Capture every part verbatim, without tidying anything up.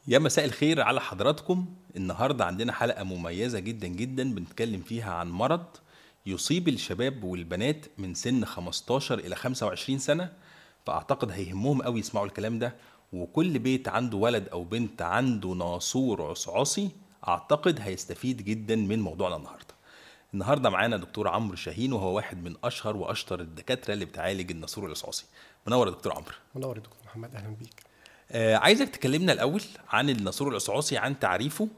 يا مساء الخير على حضراتكم. النهاردة عندنا حلقة مميزة جدا جدا بنتكلم فيها عن مرض يصيب الشباب والبنات من سن خمستاشر إلى خمسة وعشرين سنة. فأعتقد هيهمهم قوي يسمعوا الكلام ده، وكل بيت عنده ولد أو بنت عنده ناصور عصعصي أعتقد هيستفيد جدا من موضوعنا النهاردة. النهاردة معانا دكتور عمرو شاهين، وهو واحد من أشهر وأشطر الدكاترة اللي بتعالج الناصور العصعصي. منور يا دكتور عمرو. منور يا دكتور محمد، أهلا بيك. آه عايزك تكلمنا الأول عن الناصور العصعصي، عن تعريفه،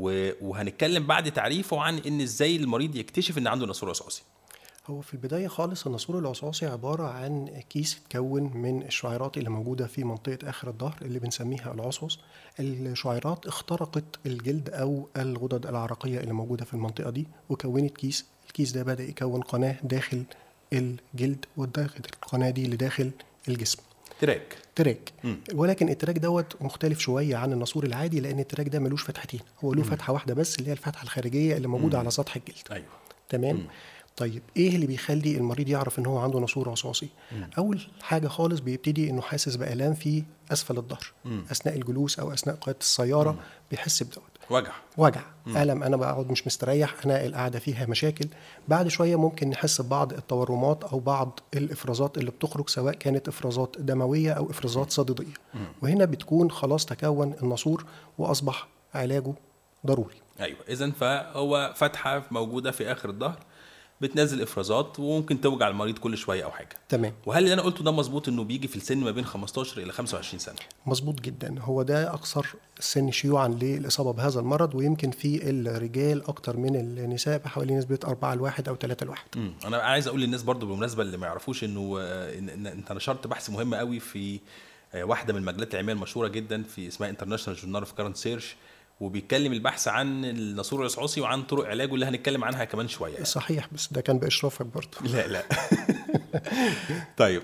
وهنتكلم بعد تعريفه عن إن إزاي المريض يكتشف إن عنده ناصور عصعصي. هو في البداية خالص الناصور العصعصي عبارة عن كيس يتكون من الشعيرات اللي موجودة في منطقة آخر الظهر اللي بنسميها العصعص. الشعيرات اخترقت الجلد أو الغدد العرقية اللي موجودة في المنطقة دي وكونت كيس. الكيس ده بدأ يكون قناة داخل الجلد، وداخل القناة دي لداخل الجسم. تراك تراك م. ولكن التراك دوت مختلف شويه عن الناصور العادي، لان التراك ده ملوش فتحتين، هو له فتحه واحده بس اللي هي الفتحه الخارجيه اللي موجوده م. على سطح الجلد. ايوه تمام. م. طيب ايه اللي بيخلي المريض يعرف ان هو عنده ناصور عصعصي؟ اول حاجه خالص بيبتدي انه حاسس بالام في اسفل الظهر اثناء الجلوس او اثناء قياده السياره. م. بيحس بدوت وجع وجع مم. ألم، أنا بقعد مش مستريح، أنا القعدة فيها مشاكل. بعد شوية ممكن نحس ببعض التورمات أو بعض الإفرازات اللي بتخرج، سواء كانت إفرازات دموية أو إفرازات صديدية. مم. وهنا بتكون خلاص تكون الناصور وأصبح علاجه ضروري. أيوة، إذن فهو فتحة موجودة في آخر الظهر بتنزل افرازات وممكن توجع المريض كل شويه او حاجه. تمام. وهل اللي انا قلته ده مظبوط انه بيجي في السن ما بين خمستاشر الى خمسة وعشرين سنه؟ مظبوط جدا، هو ده اكثر السن شيوعا للاصابه بهذا المرض، ويمكن في الرجال اكتر من النساء بحوالي نسبه أربعة لواحد او ثلاثة لواحد. امم انا عايز اقول للناس برضو بالمناسبه اللي ما يعرفوش انه إن, إن انت نشرت بحث مهم قوي في واحده من المجلات العلميه المشهوره جدا في اسمها انترناشونال جورنال اوف كارنت سيرش، وبيتكلم البحث عن الناصور العصعصي وعن طرق علاجه اللي هنتكلم عنها كمان شويه يعني. صحيح، بس ده كان باشرافك برضه. لا لا طيب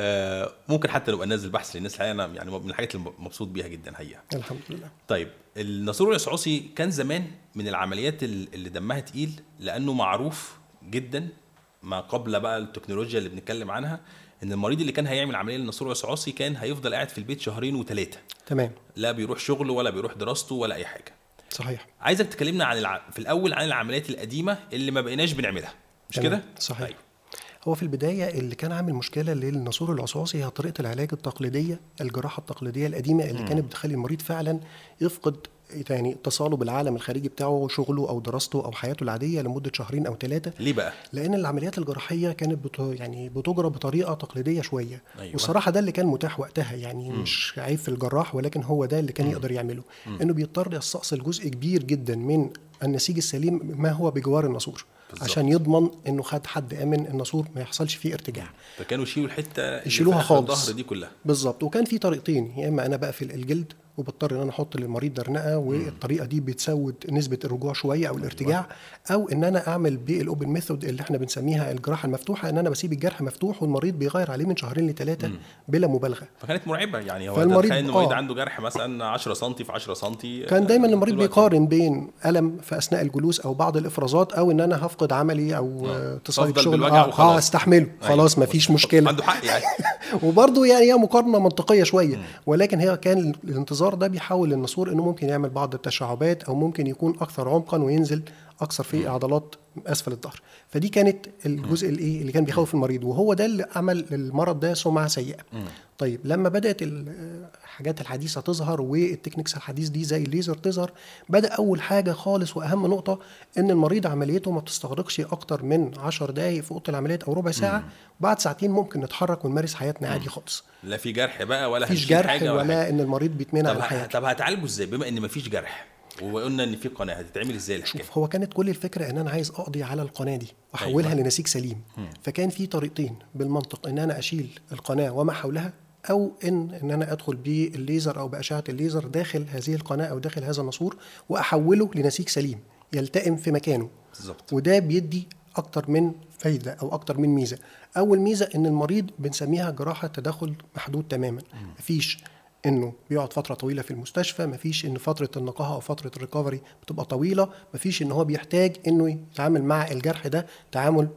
آه ممكن حتى نبقى ننزل بحث للناس، انا يعني من الحاجات اللي مبسوط بيها جدا هي. الحمد لله. طيب الناصور العصعصي كان زمان من العمليات اللي دمها تقيل، لانه معروف جدا ما قبل بقى التكنولوجيا اللي بنتكلم عنها، ان المريض اللي كان هيعمل عمليه للناصور العصعصي كان هيفضل قاعد في البيت شهرين وثلاثه. تمام. لا بيروح شغله ولا بيروح دراسته ولا اي حاجه. صحيح. عايزك تكلمنا عن الع... في الاول عن العمليات القديمه اللي ما بقيناش بنعملها، مش كده؟ صحيح. طيب. هو في البداية اللي كان عامل مشكلة للناصور العصعصي هي طريقة العلاج التقليدية، الجراحة التقليدية القديمة اللي م. كانت بتخلي المريض فعلا يفقد يعني اتصاله بالعالم الخارجي بتاعه، شغله أو دراسته أو حياته العادية لمدة شهرين أو ثلاثة. ليه بقى؟ لأن العمليات الجراحية كانت بت... يعني بتجرى بطريقة تقليدية شوية. أيوة. والصراحة ده اللي كان متاح وقتها، يعني م. مش عيب في الجراح، ولكن هو ده اللي كان م. يقدر يعمله. م. إنه بيضطر يستأصل جزء كبير جدا من النسيج السليم ما هو بجوار الناصور بالزبط. عشان يضمن انه خد حد امن الناصور ما يحصلش فيه ارتجاع. فكانوا يشيلوا الحته يشيلوها خالص الظهر دي كلها بالظبط. وكان في طريقتين، يا اما انا بقفل الجلد وبضطر ان انا احط للمريض درنقه، والطريقه دي بتسود نسبه الرجوع شويه او الارتجاع، او ان انا اعمل بالاوبن ميثود اللي احنا بنسميها الجراحه المفتوحه، ان انا بسيب الجرح مفتوح والمريض بيغير عليه من شهرين لثلاثه بلا مبالغه. فكانت مرعبه يعني. هو تخيل ان المريض آه. عنده جرح مثلا عشرة سم في عشرة سم، كان دايما المريض بيقارن بين الم في اثناء الجلوس او بعض الافرازات، او ان انا هفقد عملي او اتصال الشغل اه استحمله خلاص ما فيش مشكله. عنده حق يعني. وبرضه يعني هي مقارنه منطقيه شويه، ولكن هي كان الانتظار ده بيحاول الناصور انه ممكن يعمل بعض التشعبات او ممكن يكون اكثر عمقا وينزل اكثر في عضلات اسفل الظهر. فدي كانت الجزء الايه اللي كان بيخوف المريض، وهو ده اللي عمل المرض ده سمعه سيئه. طيب لما بدات الحاجات الحديثه تظهر والتكنيكس الحديث دي زي الليزر تظهر، بدا اول حاجه خالص واهم نقطه ان المريض عمليته ما بتستغرقش اكتر من عشر دقائق في اوضه العمليات او ربع ساعه، وبعد ساعتين ممكن نتحرك ونمارس حياتنا عادي خالص. لا في جرح بقى ولا فيش جرح حاجة ولا, ولا ان المريض بيتمنع عن الحياه. طب هتعالجه ازاي بما ان مفيش جرح وقلنا ان في قناه؟ هتتعمل ازاي الحكايه؟ شوف، هو كانت كل الفكره ان انا عايز اقضي على القناه دي واحولها أيوة. لنسيج سليم. م. فكان في طريقتين بالمنطق، ان انا اشيل القناه وما حولها، او ان ان انا ادخل بالليزر او باشعه الليزر داخل هذه القناه او داخل هذا الناسور واحوله لنسيج سليم يلتئم في مكانه بالظبط. وده بيدي اكتر من فايده او اكتر من ميزه. اول ميزه ان المريض بنسميها جراحه تدخل محدود تماما، مفيش انه بيقعد فتره طويله في المستشفى، مفيش ان فتره النقاهه او فتره الريكفري بتبقى طويله، مفيش ان هو بيحتاج انه يتعامل مع الجرح ده تعامل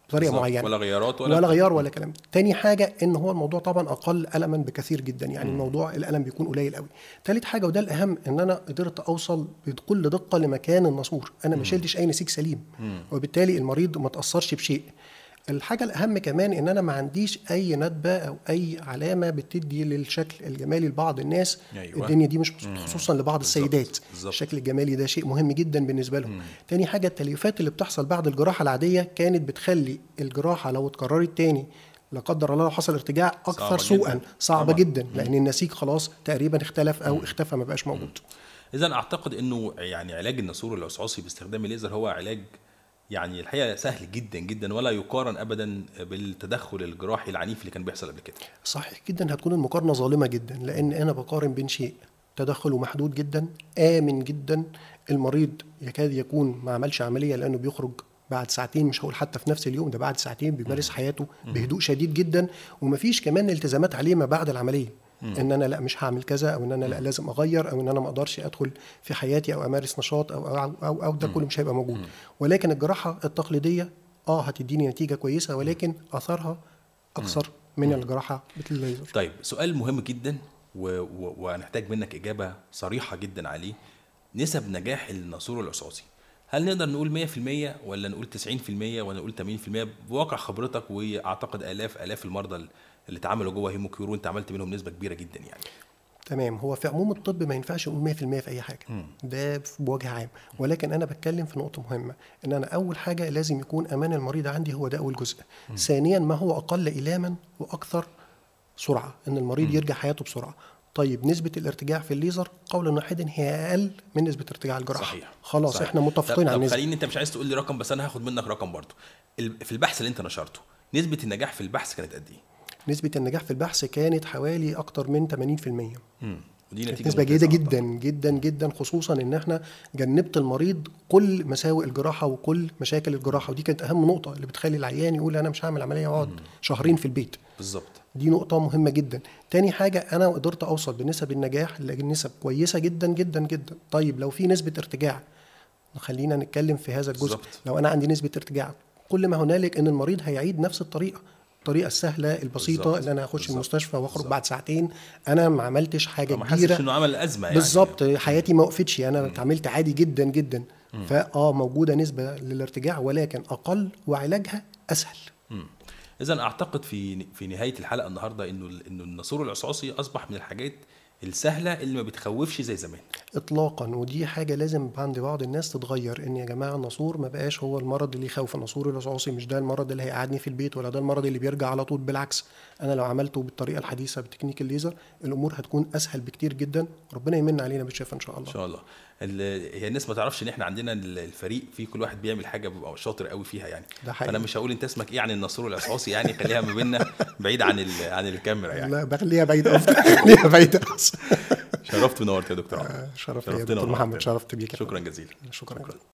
بطريقه بالظبط. معينه، ولا غيارات ولا ولا غيار ولا كلام. تاني حاجه ان هو الموضوع طبعا اقل الما بكثير جدا، يعني الموضوع الالم بيكون قليل قوي. تالت حاجه وده الاهم، ان انا قدرت اوصل بكل دقه لمكان الناسور، انا ما شلتش اي نسيج سليم، وبالتالي المريض ما تاثرش بشيء. الحاجة الأهم كمان إن أنا ما عنديش أي ندبة أو أي علامة بتدي للشكل الجمالي لبعض الناس. أيوة. الدنيا دي مش خصوصا لبعض بالزبط. السيدات. بالزبط. الشكل الجمالي ده شيء مهم جدا بالنسبة لهم. مم. تاني حاجة التليفات اللي بتحصل بعد الجراحة العادية كانت بتخلي الجراحة لو اتكررت تاني لا قدر الله لو حصل ارتجاع أكثر سوءا، صعبة طبعا. جدا، لأن النسيج خلاص تقريبا اختلف أو مم. اختفى، ما بقاش موجود. إذن أعتقد إنه يعني علاج الناسور العصعصي باستخدام الليزر هو علاج يعني الحقيقة سهل جدا جدا، ولا يقارن أبدا بالتدخل الجراحي العنيف اللي كان بيحصل قبل كده. صحيح جدا، هتكون المقارنة ظالمة جدا، لأن أنا بقارن بين شيء تدخله محدود جدا، آمن جدا، المريض يكاد يكون ما عملش عملية لأنه بيخرج بعد ساعتين، مش هقول حتى في نفس اليوم، ده بعد ساعتين بيمارس حياته بهدوء شديد جدا، ومفيش كمان التزامات عليه ما بعد العملية. مم. ان انا لا مش هعمل كذا، او ان انا لا لازم اغير، او ان انا ما اقدرش ادخل في حياتي او امارس نشاط او او او, أو ده كله مش هيبقى موجود. مم. ولكن الجراحه التقليديه اه هتديني نتيجه كويسه، ولكن اثرها اكثر من مم. الجراحه بالليزر. طيب سؤال مهم جدا وهنحتاج منك اجابه صريحه جدا عليه، نسب نجاح الناسور العصعصي هل نقدر نقول مية في المية ولا نقول تسعين في المية ولا نقول ثمانين في المية بواقع خبرتك، واعتقد الاف الاف المرضى اللي اتعاملوا جوه هيموكيور وانت عملت منهم نسبه كبيره جدا يعني؟ تمام. هو في عموم الطب ما ينفعش نقول مية في المية في اي حاجه، م. ده بوجه عام، ولكن انا بتكلم في نقطه مهمه، ان انا اول حاجه لازم يكون امان المريض عندي، هو ده اول جزء. م. ثانيا ما هو اقل الاما واكثر سرعه، ان المريض م. يرجع حياته بسرعه. طيب نسبة الارتجاع في الليزر قولا واحدا هي أقل من نسبة ارتجاع الجراحة. صحيح. خلاص صحيح. احنا متفقين على النسبة. خليني، انت مش عايز تقول لي رقم، بس انا هاخد منك رقم برضو. في البحث اللي انت نشرته نسبة النجاح في البحث كانت قد ايه؟ نسبة النجاح في البحث كانت حوالي أكتر من ثمانين في المية. امم ودي نتيجة نسبة جيدة جدا جدا جدا، خصوصا ان احنا جنبت المريض كل مساوئ الجراحة وكل مشاكل الجراحة، ودي كانت أهم نقطة اللي بتخلي العيان يقول أنا مش هعمل عملية واقعد شهرين في البيت. بالظبط. دي نقطة مهمة جدا. تاني حاجة أنا قدرت أوصل بنسب النجاح لنسب كويسة جدا جدا جدا. طيب لو في نسبة ارتجاع، خلينا نتكلم في هذا الجزء. بالزبط. لو أنا عندي نسبة ارتجاع كل ما هنالك إن المريض هيعيد نفس الطريقة، الطريقه السهله البسيطه بالزبط. اللي انا اخش المستشفى واخرج بالزبط. بعد ساعتين انا ما عملتش حاجه ما كبيره، ما انه عمل ازمه يعني. بالظبط، حياتي ما وقفتش، انا اتعاملت عادي جدا جدا. فاه موجوده نسبه للارتجاع ولكن اقل وعلاجها اسهل. اذا اعتقد في في نهايه الحلقه النهارده انه انه الناسور العصعصي اصبح من الحاجات السهله اللي ما بتخوفش زي زمان اطلاقا، ودي حاجه لازم عند بعض الناس تتغير، ان يا جماعه الناسور ما بقاش هو المرض اللي يخوف. الناسور العصعصي مش ده المرض اللي هيقعدني في البيت، ولا ده المرض اللي بيرجع على طول، بالعكس انا لو عملته بالطريقه الحديثه بتكنيك الليزر الامور هتكون اسهل بكتير جدا، ربنا يمن علينا بالشفاء ان شاء الله. ان شاء الله. هي الناس ما تعرفش ان احنا عندنا الفريق في كل واحد بيعمل حاجه بيبقى شاطر قوي فيها يعني. انا مش هقول انت اسمك ايه عن الناسور العصعصي يعني، خليها ما بيننا بعيد عن عن الكاميرا يعني. لا بخليها بعيد افضل. خليها بعيد. شرفت ونورت يا دكتور عمر. شرفت يا دكتور محمد، شرفت بيك. شكرا جزيلا. شكرا, شكرا.